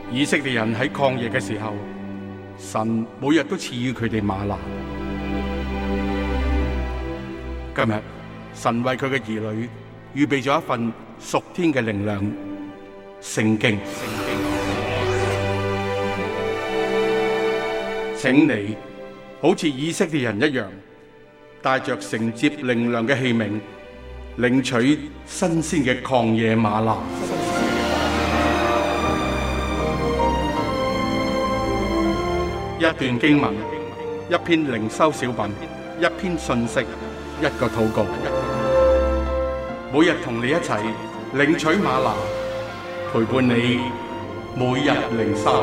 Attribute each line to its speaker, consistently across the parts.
Speaker 1: 以色列人喺曠野嘅時候，神每日都賜予佢哋嗎哪。今日神為佢嘅兒女預備咗一份屬天嘅靈糧——聖經。請你好似以色列人一樣，帶着承接靈糧嘅器皿，領取新鮮嘅曠野嗎哪。一段經文，一篇靈修小品，一篇信息，一個禱告。每日同你一齊領取嗎哪，陪伴你每日靈修。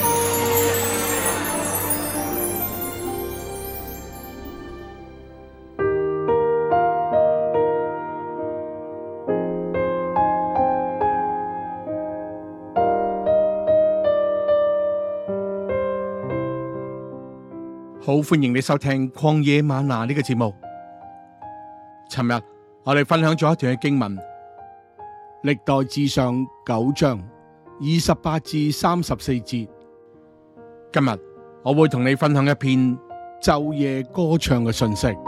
Speaker 1: 好，歡迎你收聽曠野嗎哪呢個節目。尋日我哋分享咗一段嘅經文，歷代志上9章28至34節。今日我會同你分享一篇晝夜歌唱嘅信息。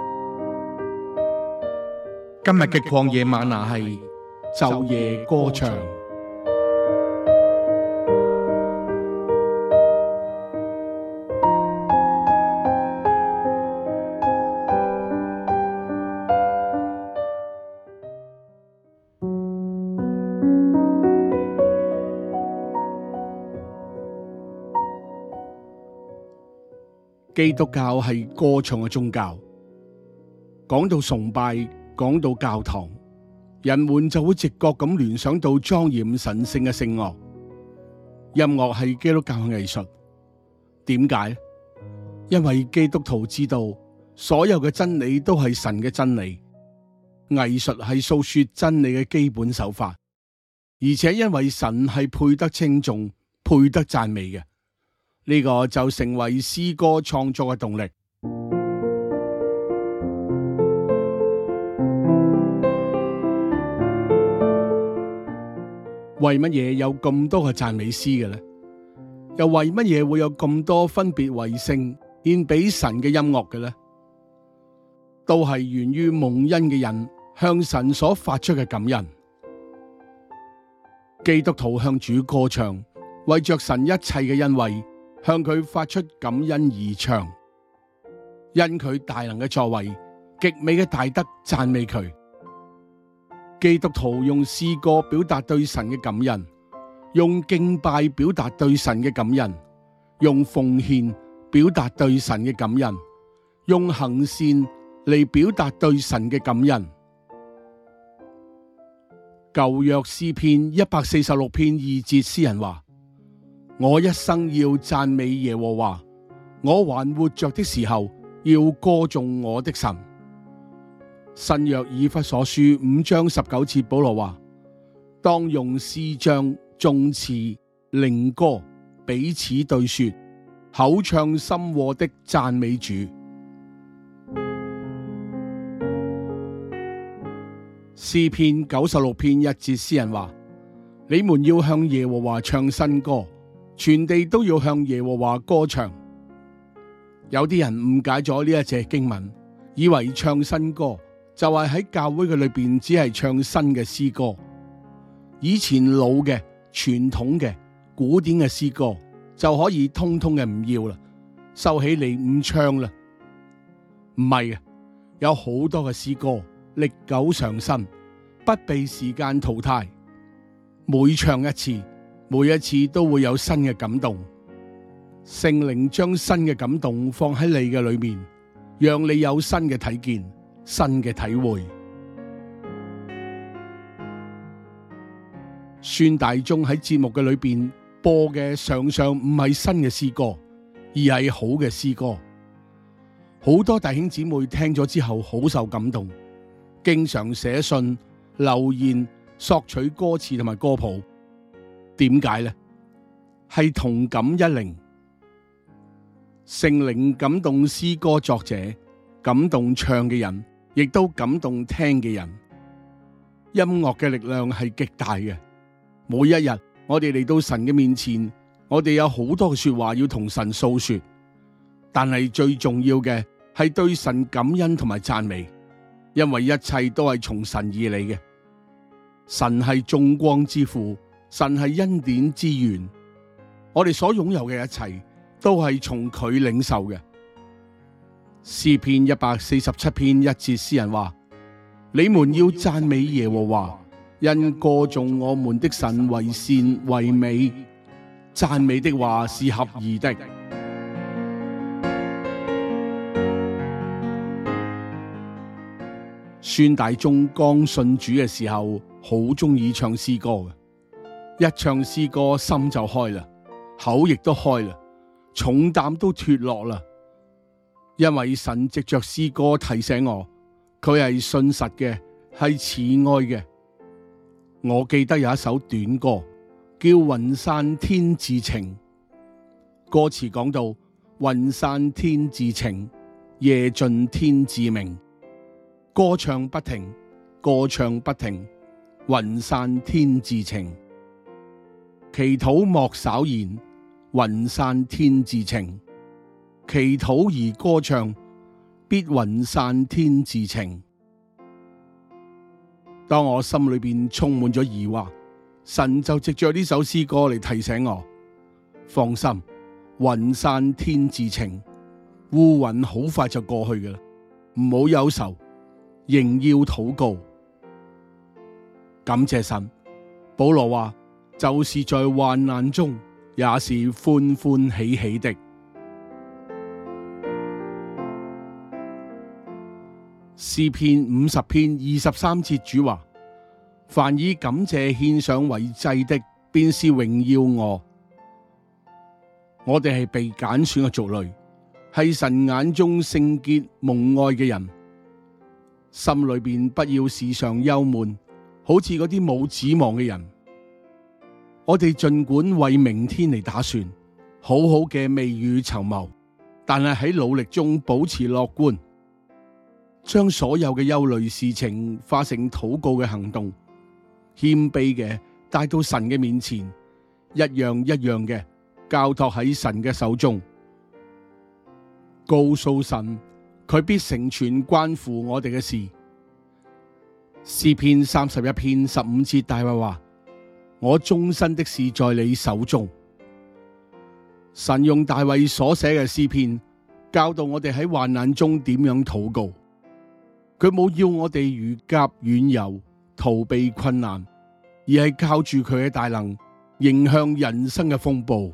Speaker 1: 今日嘅曠野嗎哪係晝夜歌唱。基督教係歌唱嘅宗教，講到崇拜，講到教堂，人們就會直覺咁聯想到莊嚴神聖嘅聖樂。音樂係基督教嘅藝術，點解？因為基督徒知道所有嘅真理都係神嘅真理，藝術係訴說真理嘅基本手法，而且因為神係配得稱頌、配得讚美嘅。呢個就成為詩歌創作嘅動力。為乜嘢有咁多嘅讚美詩嘅呢？又為乜嘢會有咁多分別為聖獻俾神嘅音樂嘅呢？都係源於蒙恩嘅人向神所發出嘅感恩。基督徒向主歌唱，為着神一切嘅恩惠，向佢發出感恩而唱，因佢大能嘅作為、極美嘅大德讚美佢。基督徒用詩歌表達對神嘅感恩，用敬拜表達對神嘅感恩，用奉獻表達對神嘅感恩，用行善嚟表達對神嘅感恩。舊約詩篇146篇2節，詩人話：我一生要讚美耶和華，我還活着的時候要歌頌我的神。新約以弗所書5章19節，保羅話：當用詩章、頌詞、靈歌彼此對說，口唱心和的讚美主。詩篇96篇1節，詩人話：你們要向耶和華唱新歌，全地都要向耶和華歌唱。有啲人誤解咗呢一節經文，以為唱新歌就係喺教會嘅裏邊只係唱新嘅詩歌，以前老嘅、傳統嘅、古典嘅詩歌就可以通通嘅唔要啦，收起嚟唔唱啦。唔係嘅，有好多嘅詩歌歷久常新，不被時間淘汰。每唱一次，每一次都會有新嘅感動。聖靈將新嘅感動放喺你嘅裏面，讓你有新嘅睇見、新嘅體會。孫大中喺節目嘅裏邊播嘅常常唔係新嘅詩歌，而係好嘅詩歌。好多弟兄姊妹聽咗之後好受感動，經常寫信留言索取歌詞同埋歌譜。點解呢？係同感一靈。聖靈感動詩歌作者，感動唱嘅人，亦都感動聽嘅人。音樂嘅力量係極大嘅。每一日我哋嚟到神嘅面前， 我哋有好多嘅說話要同神訴說，但係最重要嘅係對神感恩同埋讚美，因為一切都係從神而嚟嘅。神係眾光之父，神係恩典之源，我哋所擁有嘅一切都係從佢領受嘅。詩篇147篇1節，詩人話：你們要讚美耶和華，因歌頌我們的神為善為美，讚美的話是合宜的。孫大中剛信主嘅時候，好中意唱詩歌嘅，一唱詩歌心就開啦，口亦都開啦，重擔都脫落啦。因為神藉着詩歌提醒我，佢係信實嘅，係慈愛嘅。我記得有一首短歌叫《雲散天自晴》，歌詞講到雲散天自晴，夜盡天自明，歌唱不停，歌唱不停，雲散天自晴，祈禱莫稍延，雲散天自晴，祈禱而歌唱，必雲散天自晴。當我心裏邊充滿咗疑惑，神就藉着呢首詩歌嚟提醒我：放心，雲散天自晴，烏雲好快就過去㗎喇，唔好憂愁，仍要禱告。感謝神，保羅話：就是在患難中，也是歡歡喜喜的。詩篇50篇23節，主話：凡以感謝獻上為祭的，便是榮耀我。我哋係被揀選嘅族類，係神眼中聖潔蒙愛嘅人，心裏邊不要時常憂悶，好似嗰啲冇指望嘅人。我哋盡管為明天嚟打算，好好嘅未雨綢繆，但係喺努力中保持樂觀，將所有嘅憂慮事情化成禱告嘅行動，謙卑嘅帶到神嘅面前，一樣一樣嘅交託喺神嘅手中，告訴神佢必成全關乎我哋嘅事。詩篇31篇15節，大衛話：我終身的事在你手中。神用大衛所寫嘅詩篇教導我哋喺患難中點樣禱告。佢冇要我哋如鴿遠遊，逃避困難，而係靠住佢嘅大能迎向人生嘅風暴。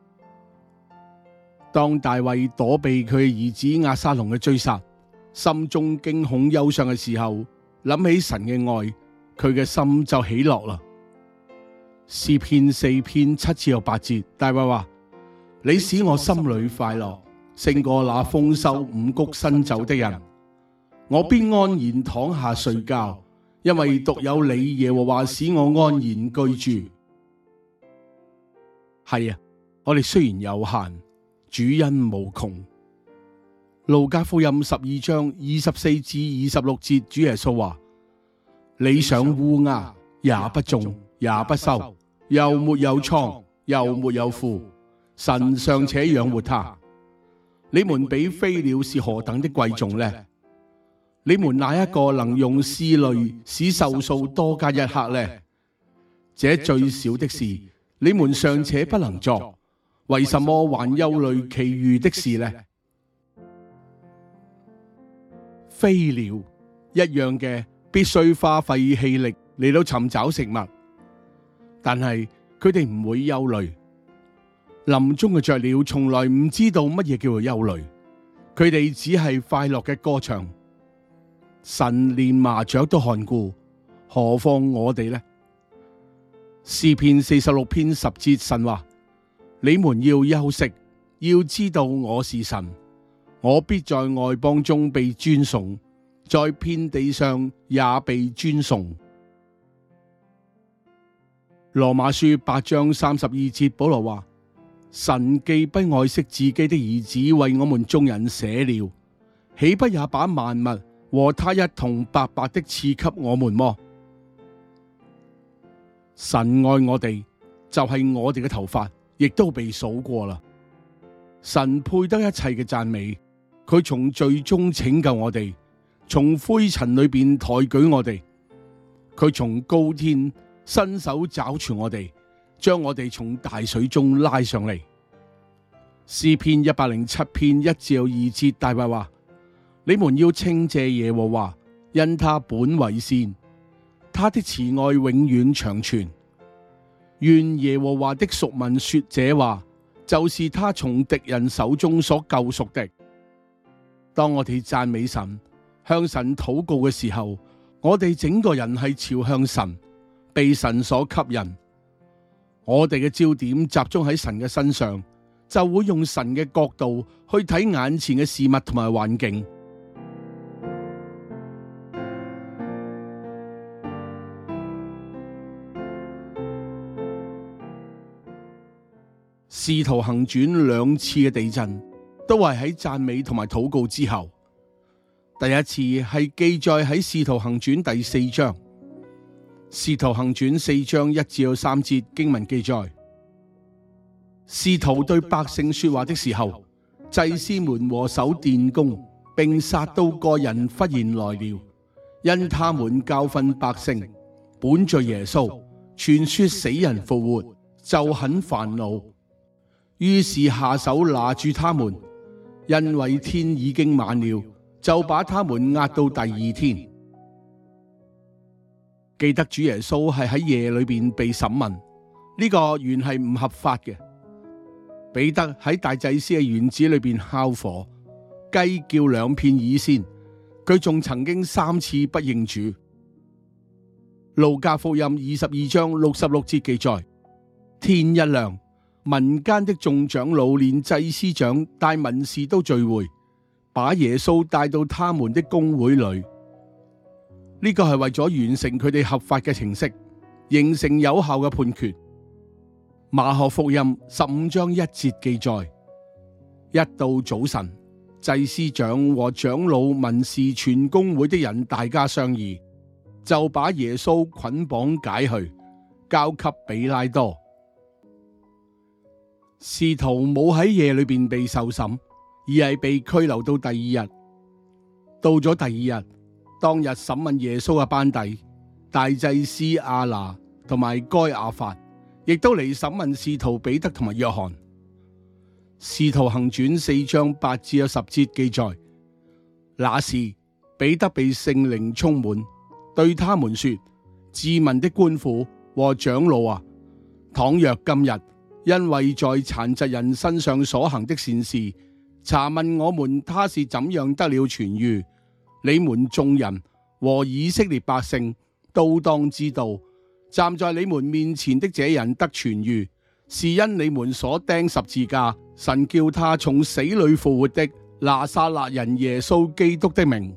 Speaker 1: 當大衛躲避佢兒子押沙龍嘅追殺，心中驚恐憂傷嘅時候，諗起神嘅愛，佢嘅心就喜樂啦。詩篇4篇7至8節，大衛話：你使我心裏快樂，勝過那豐收五穀新酒的人。我必安然躺下睡覺，因為獨有你耶和華使我安然居住。係啊，我哋雖然有限，主恩無窮。路加福音12章24至26節，主耶穌話：你想烏鴉也不種也不收，又沒有倉又沒有庫，神尚且養活它，你們比飛鳥是何等的貴重呢？你們哪一個能用思慮使壽數多加一刻呢？這最小的事，你們尚且不能做，為什麼還憂慮其餘的事呢？飛鳥一樣嘅，必須花費氣力嚟到尋找食物，但係佢哋唔會憂慮。林中嘅雀鳥從來唔知道乜嘢叫做憂慮，佢哋只係快樂嘅歌唱。神連麻雀都看顧，何況我哋呢？詩篇46篇10節，神話：你們要休息，要知道我是神，我必在外邦中被尊崇，在遍地上也被尊崇。羅馬書8章32節，保羅話：神既不愛惜自己的兒子為我們眾人捨了，豈不也把萬物和他一同白白的賜給我們麼？神愛我哋，就係我哋嘅頭髮， 亦都被數過啦。神配得一切嘅讚美，佢從罪中拯救我哋，從灰塵裏邊抬舉我哋，佢從高天伸手抓住我哋，將我哋從大水中拉上嚟。詩篇107篇1至2節，大衛話：你們要稱謝耶和華，因他本為善，他的慈愛永遠長存。願耶和華的屬民說這話，就是他從敵人手中所救贖的。當我哋讚美神，向神禱告嘅時候，我哋整個人係朝向神，被神所吸引。我哋嘅焦點集中喺神嘅身上，就會用神嘅角度去睇眼前嘅事物同埋環境。使徒行傳2次嘅地震，都係喺讚美同埋禱告之後。第一次係記載喺使徒行傳第4章，使徒行傳4章1至3節經文記載，使徒對百姓說話的時候，祭司們和守殿工並撒都該人忽然來了，因他們教訓百姓，本着耶穌，傳說死人復活，就很煩惱。於是下手拿住他們，因為天已經晚了，就把他們押到第2天。記得主耶穌係喺夜裏邊被審問，呢個原係唔合法嘅。彼得喺大祭司嘅院子裏邊烤火，雞叫2片以先，佢仲曾經3次不認主。路加福音22章66節記載，天一亮，民間的眾長老連祭司長帶文士都聚會，把耶穌帶到他們的公會裏。呢個係為咗完成佢哋合法嘅程式，形成有效嘅判決。馬可福音15章1節記載，一到早晨，祭司長和長老、文士、全公會的人大家商議，就把耶穌捆綁解去，交給比拉多。使徒冇喺夜裏邊被受審，而係被拘留到第2日。到咗第2日，當日審問耶穌嘅班底，大祭司亞拿同埋該亞法，亦都嚟審問使徒彼得同埋約翰。使徒行傳4章8至10節記載，那時彼得被聖靈充滿，對他們說：治民的官府和長老啊，倘若今日因為在殘疾人身上所行的善事，查問我們他是怎樣得了痊癒，你們眾人和以色列百姓都當知道，站在你們面前的這人得痊癒，是因你們所釘十字架，神叫他從死裏復活的拿撒勒人耶穌基督的名。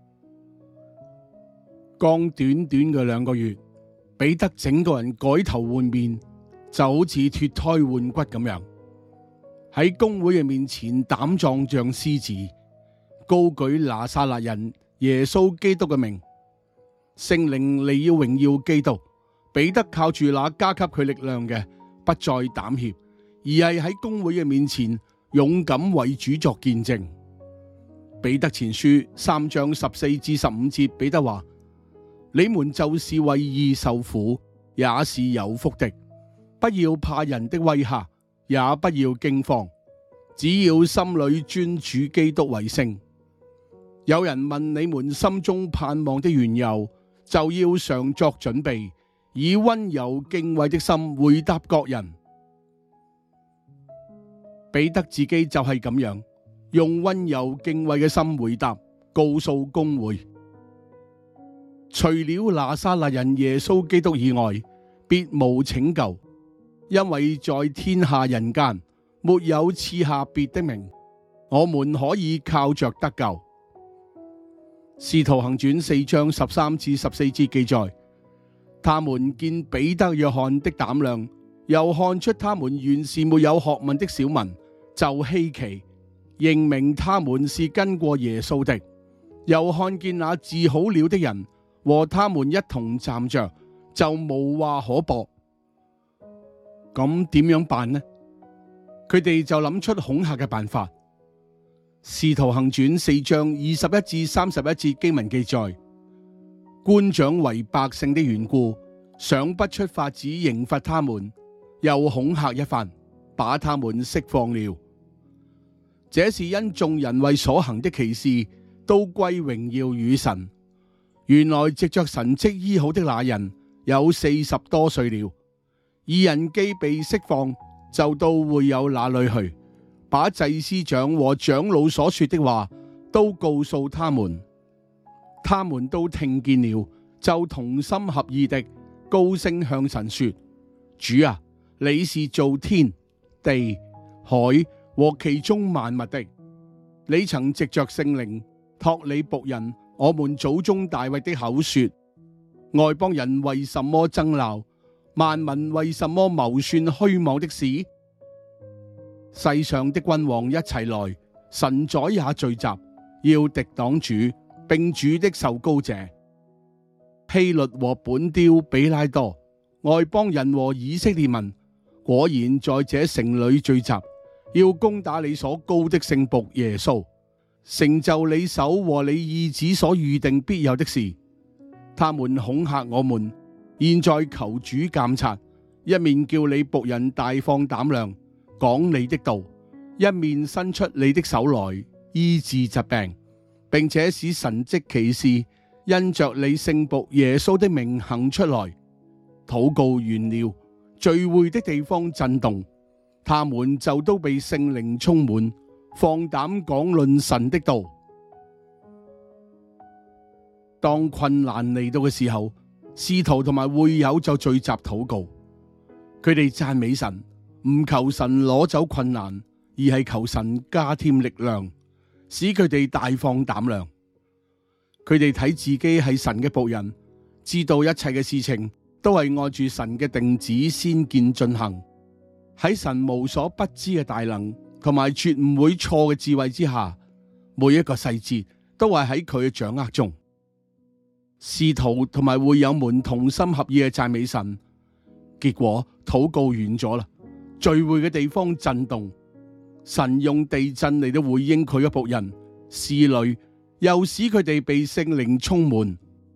Speaker 1: 剛短短嘅2個月，彼得整個人改頭換面，就好似脫胎換骨咁樣，喺公會嘅面前膽壯像獅子，高舉拿撒勒人耶穌基督嘅名。聖靈嚟要榮耀基督，彼得靠住那加給佢力量嘅，不再膽怯，而係喺公會嘅面前勇敢為主作見證。彼得前書3章14至15節，彼得話：你們就是為義受苦，也是有福的。不要怕人的威嚇，也不要驚慌，只要心裏尊主基督為聖。有人問你們心中盼望的緣由，就要常作準備，以溫柔敬畏的心回答各人。彼得自己就係咁樣，用溫柔敬畏嘅心回答，告訴公會：除了拿撒勒人耶穌基督以外，別無拯救。因為在天下人間沒有賜下別的名，我們可以靠着得救。使徒行傳4章13至14節記載，他們見彼得、約翰的膽量，又看出他們原是沒有學問的小民，就稀奇，認明他們是跟過耶穌的。又看見那治好了的人和他們一同站着，就無話可駁。咁點樣辦呢？ 佢哋就諗出恐嚇嘅辦法。使徒行傳4章21至31節經文記載，官長為百姓的緣故，想不出法子刑罰他們，又恐嚇一番，把他們釋放了。這是因眾人為所行的奇事，都歸榮耀與神。原來藉着神蹟醫好的那人有40多歲了。二人既被釋放，就到會友那裏去，把祭司長和長老所說的話都告訴他們。他們都聽見了，就同心合意的高聲向神說：主啊，你是造天地海和其中萬物的，你曾藉着聖靈託你僕人我們祖宗大衛的口說：外邦人為什麼爭鬧？萬民為什麼謀算虛妄的事？世上的君王一齊來，神宰也聚集，要敵擋主，並主的受膏者。希律和本丟比拉多，外邦人和以色列民，果然在這城裏聚集，要攻打你所膏的聖僕耶穌，成就你手和你意子所預定必有的事。他們恐嚇我們，現在求主監察，一面叫你僕人大放膽量講你的道，一面伸出你的手來醫治疾病，並且使神蹟奇事因着你聖僕耶穌的名行出來。禱告完了，聚會的地方震動，他們就都被聖靈充滿，放膽講論神的道。當困難嚟到嘅時候，使徒同埋會友就聚集禱告，佢哋讚美神，唔求神攞走困難，而係求神加添力量，使佢哋大放膽量。佢哋睇自己係神嘅僕人，知道一切嘅事情都係按住神嘅定旨先見進行，喺神無所不知嘅大能同埋絕唔會錯嘅智慧之下，每一個細節都係喺佢嘅掌握中。使徒同埋會友們同心合意嘅讚美神，結果禱告完咗啦，聚會嘅地方震動，神用地震嚟到回應佢嘅僕人，使女又使佢哋被聖靈充滿。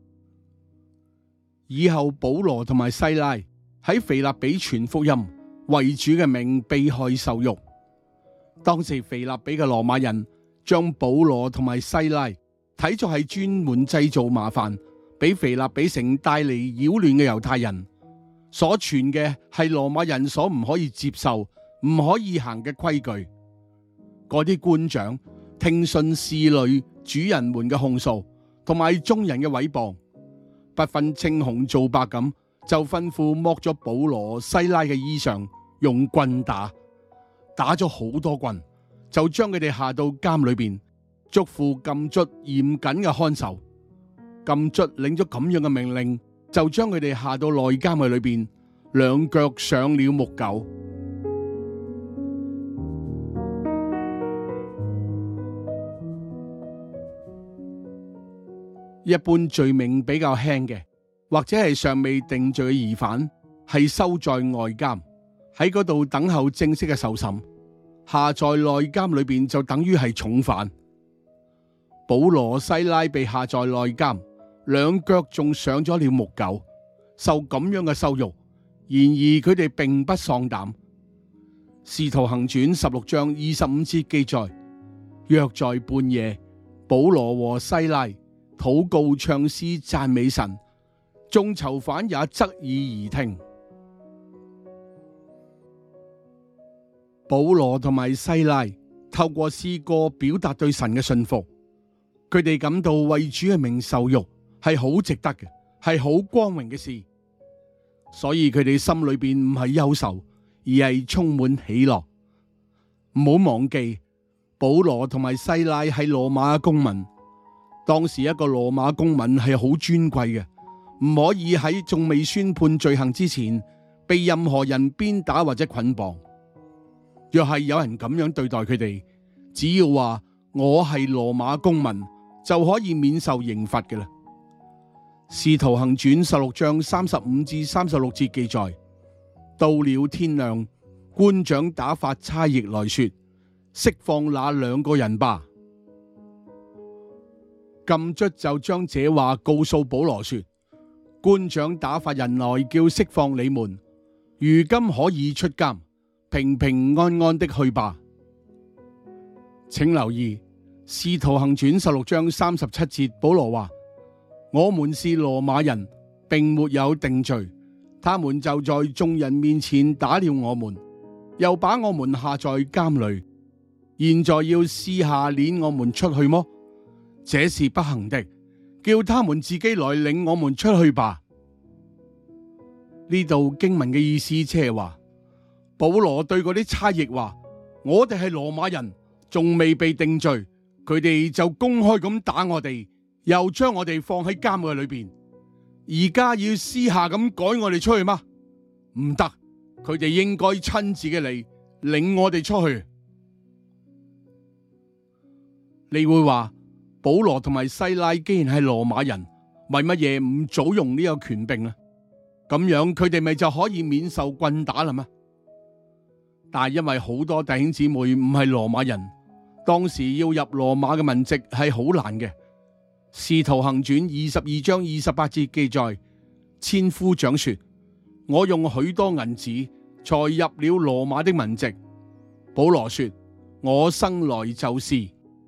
Speaker 1: 以後保羅同埋西拉喺腓立比傳福音，為主嘅名被害受辱。當時腓立比嘅羅馬人將保羅同埋西拉睇作係專門製造麻煩，俾腓立比城帶嚟擾亂嘅猶太人，所傳嘅係羅馬人所唔可以接受、唔可以行嘅規矩。嗰啲官長聽信侍女主人們嘅控訴，同埋眾人嘅毀謗，不分青紅皂白咁，就吩咐剝咗保羅、西拉嘅衣裳，用棍打咗好多棍，就將佢哋下到監裏邊，囑咐禁卒嚴謹嘅看守。禁卒領咗咁樣嘅命令，就將佢哋下到內監嘅裏邊，兩腳上了木狗。一般罪名比較輕嘅，或者係尚未定罪嘅疑犯，係收在外監，喺嗰度等候正式嘅受審；下在內監裏邊就等於係重犯。保羅、西拉被下在內監，兩腳仲上咗了木狗，受咁樣嘅羞辱，然而佢哋並不喪膽。使徒行傳16章25節記載，約在半夜，保羅和西拉禱告唱詩讚美神，眾囚犯也側耳而聽。保羅同埋西拉透過詩歌表達對神嘅信服，佢哋感到為主嘅名受辱係好值得嘅，係好光榮嘅事，所以佢哋心裏邊唔係憂愁，而係充滿喜樂。唔好忘記，保羅同埋西拉係羅馬嘅公民，當時一個羅馬公民係好尊貴嘅，唔可以喺仲未宣判罪行之前被任何人鞭打或者捆綁。若係有人咁樣對待佢哋，只要話我係羅馬公民，就可以免受刑罰嘅啦。使徒行傳16章35至36節記載，到了天亮， 官長打發差役來說，釋放那2個人吧。禁卒就將這話告訴保羅說，官長打發人來叫釋放你們，如今可以出監，平平安安的去吧。請留意《使徒行傳》16章37節，保羅話：我們是羅馬人，並沒有定罪，他們就在眾人面前打了我們，又把我們下在監裏，現在要私下攆我們出去麼？這是不行的，叫他們自己來領我們出去吧。呢度經文嘅意思即係話，保羅對嗰啲差役話：我哋係羅馬人，仲未被定罪，佢哋就公開咁打我哋，又將我哋放喺監獄裏邊，而家要私下咁趕我哋出去嗎？唔得，佢哋應該親自嘅嚟領我哋出去。你會話，保羅同埋西拉既然係羅馬人，為乜嘢唔早用呢個權柄呢？咁樣佢哋咪就可以免受棍打啦咩？但係因為好多弟兄姊妹唔係羅馬人，當時要入羅馬嘅民籍係好難嘅。使徒行傳22章28節記載，千夫長說：我用許多銀子才入了羅馬的民籍。保羅說：我生來就是。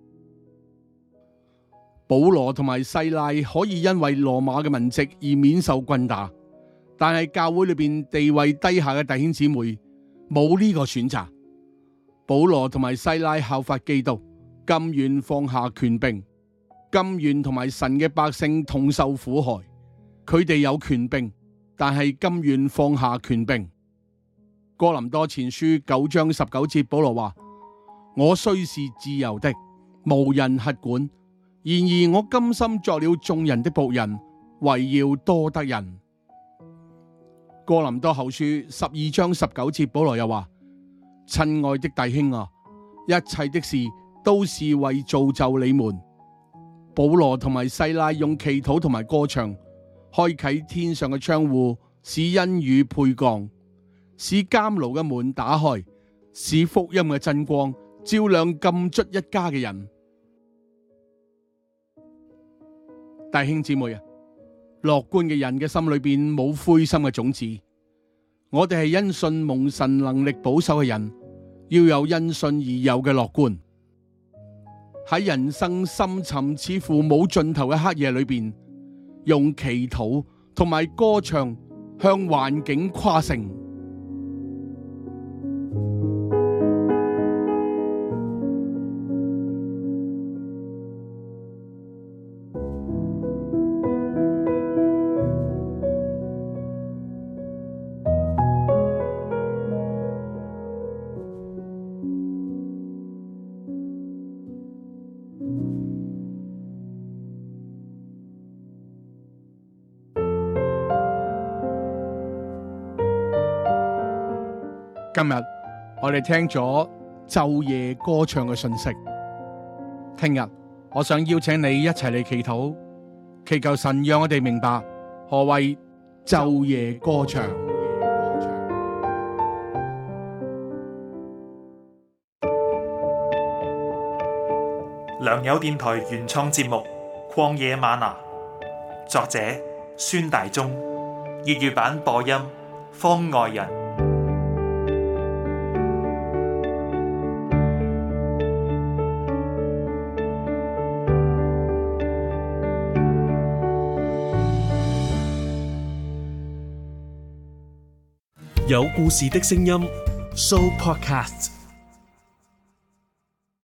Speaker 1: 保羅同埋西拉可以因為羅馬嘅民籍而免受棍打，但係教會裏邊地位低下嘅弟兄姊妹冇呢個選擇。保羅同埋西拉效法基督，甘願放下權柄，甘願同埋神嘅百姓同受苦害。佢哋有權柄，但係甘願放下權柄。哥林多前書9章19節，保羅話：我雖是自由的，無人轄管，然而我甘心作了眾人的僕人，為要多得人。哥林多後書12章19節，保羅又話：親愛的弟兄啊，一切的事都是為造就你們。保羅同埋西拉用祈禱同埋歌唱，開啟天上嘅窗戶，使恩雨沛降，使監牢嘅門打開，使福音嘅真光照亮禁卒一家嘅人。弟兄姊妹啊，樂觀嘅人嘅心裏邊冇灰心嘅種子。我哋係因信蒙神能力保守嘅人，要有因信而有嘅樂觀。喺人生深沉似乎冇盡頭嘅黑夜裏邊，用祈禱同埋歌唱向環境誇勝。今日我哋聽咗晝夜歌唱嘅信息，聽日我想邀請你一齊嚟祈禱，祈求神讓我哋明白何謂晝夜歌唱。
Speaker 2: 良友電台原創節目《曠野嗎哪》，作者孫大中，粵語版播音方外人。
Speaker 3: 有故事的聲音 Show Podcast。